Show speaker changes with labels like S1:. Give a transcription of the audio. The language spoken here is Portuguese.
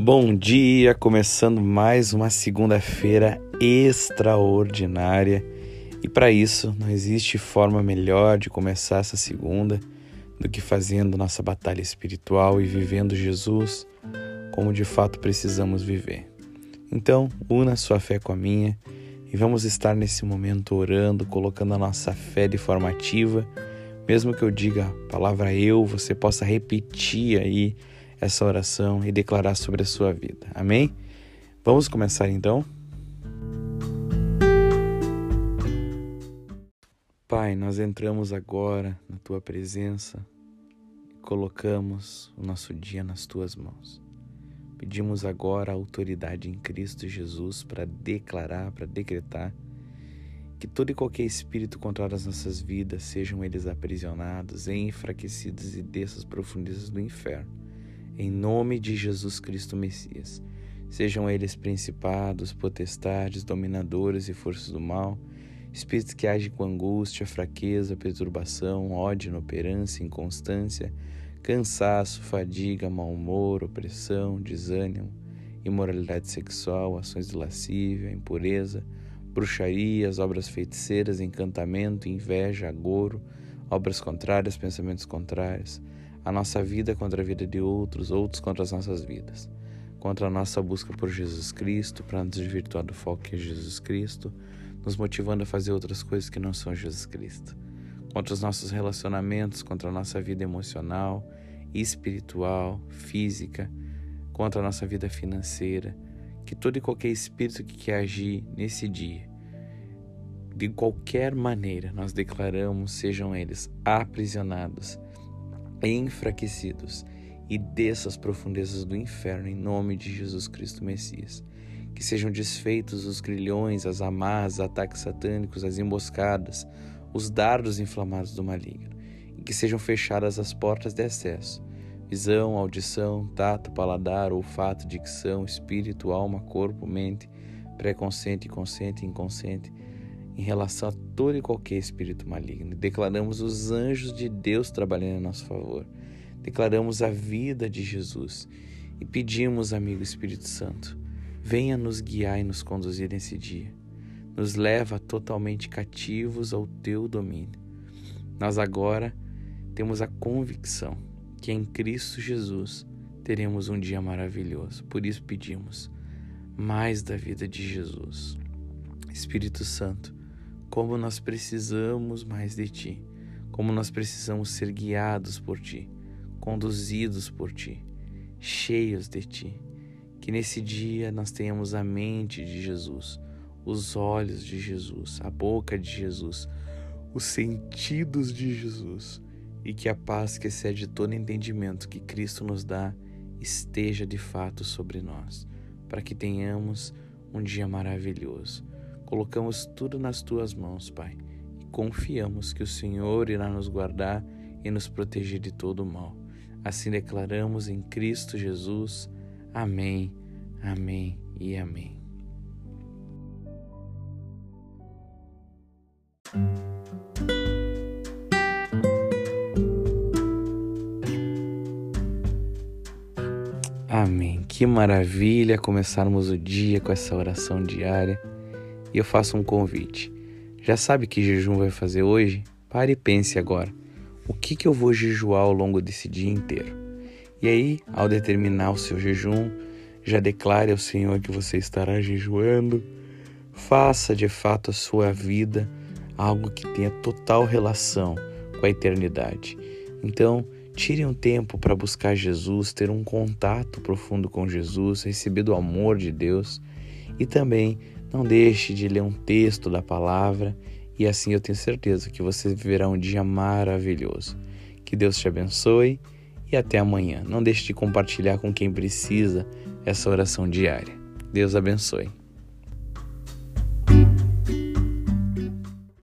S1: Bom dia, começando mais uma segunda-feira extraordinária. E para isso, não existe forma melhor de começar essa segunda do que fazendo nossa batalha espiritual e vivendo Jesus como de fato precisamos viver. Então, una sua fé com a minha e vamos estar nesse momento orando, colocando a nossa fé de forma ativa. Mesmo que eu diga a palavra eu, você possa repetir aí essa oração e declarar sobre a sua vida. Amém? Vamos começar então? Pai, nós entramos agora na Tua presença e colocamos o nosso dia nas Tuas mãos. Pedimos agora a autoridade em Cristo Jesus para declarar, para decretar que todo e qualquer espírito contrário às nossas vidas, sejam eles aprisionados, enfraquecidos e desçam as profundezas do inferno. Em nome de Jesus Cristo Messias, sejam eles principados, potestades, dominadores e forças do mal, espíritos que agem com angústia, fraqueza, perturbação, ódio, inoperância, inconstância, cansaço, fadiga, mau humor, opressão, desânimo, imoralidade sexual, ações de lascívia, impureza, bruxarias, obras feiticeiras, encantamento, inveja, agouro, obras contrárias, pensamentos contrários, a nossa vida contra a vida de outros contra as nossas vidas, contra a nossa busca por Jesus Cristo, para nos desvirtuar do foco que é Jesus Cristo, nos motivando a fazer outras coisas que não são Jesus Cristo, contra os nossos relacionamentos, contra a nossa vida emocional, espiritual, física, contra a nossa vida financeira, que todo e qualquer espírito que quer agir nesse dia, de qualquer maneira, nós declaramos, sejam eles aprisionados, enfraquecidos e desçam as profundezas do inferno em nome de Jesus Cristo Messias. Que sejam desfeitos os grilhões, as amarras, os ataques satânicos, as emboscadas, os dardos inflamados do maligno, e que sejam fechadas as portas de acesso, visão, audição, tato, paladar, olfato, dicção, espírito, alma, corpo, mente, pré-consciente, consciente e inconsciente, em relação a todo e qualquer espírito maligno. Declaramos os anjos de Deus trabalhando em nosso favor. Declaramos a vida de Jesus e pedimos, amigo Espírito Santo, venha nos guiar e nos conduzir nesse dia. Nos leva totalmente cativos ao teu domínio. Nós agora temos a convicção que em Cristo Jesus teremos um dia maravilhoso. Por isso pedimos mais da vida de Jesus. Espírito Santo, como nós precisamos mais de Ti, como nós precisamos ser guiados por Ti, conduzidos por Ti, cheios de Ti. Que nesse dia nós tenhamos a mente de Jesus, os olhos de Jesus, a boca de Jesus, os sentidos de Jesus, e que a paz que excede todo entendimento que Cristo nos dá esteja de fato sobre nós, para que tenhamos um dia maravilhoso. Colocamos tudo nas Tuas mãos, Pai, e confiamos que o Senhor irá nos guardar e nos proteger de todo o mal. Assim declaramos em Cristo Jesus. Amém, amém e amém. Amém. Que maravilha começarmos o dia com essa oração diária. E eu faço um convite. Já sabe que jejum vai fazer hoje? Pare e pense agora. O que eu vou jejuar ao longo desse dia inteiro? E aí, ao determinar o seu jejum, já declare ao Senhor que você estará jejuando. Faça de fato a sua vida algo que tenha total relação com a eternidade. Então, tire um tempo para buscar Jesus, ter um contato profundo com Jesus, receber do amor de Deus. E também não deixe de ler um texto da palavra, e assim eu tenho certeza que você viverá um dia maravilhoso. Que Deus te abençoe e até amanhã. Não deixe de compartilhar com quem precisa essa oração diária. Deus abençoe.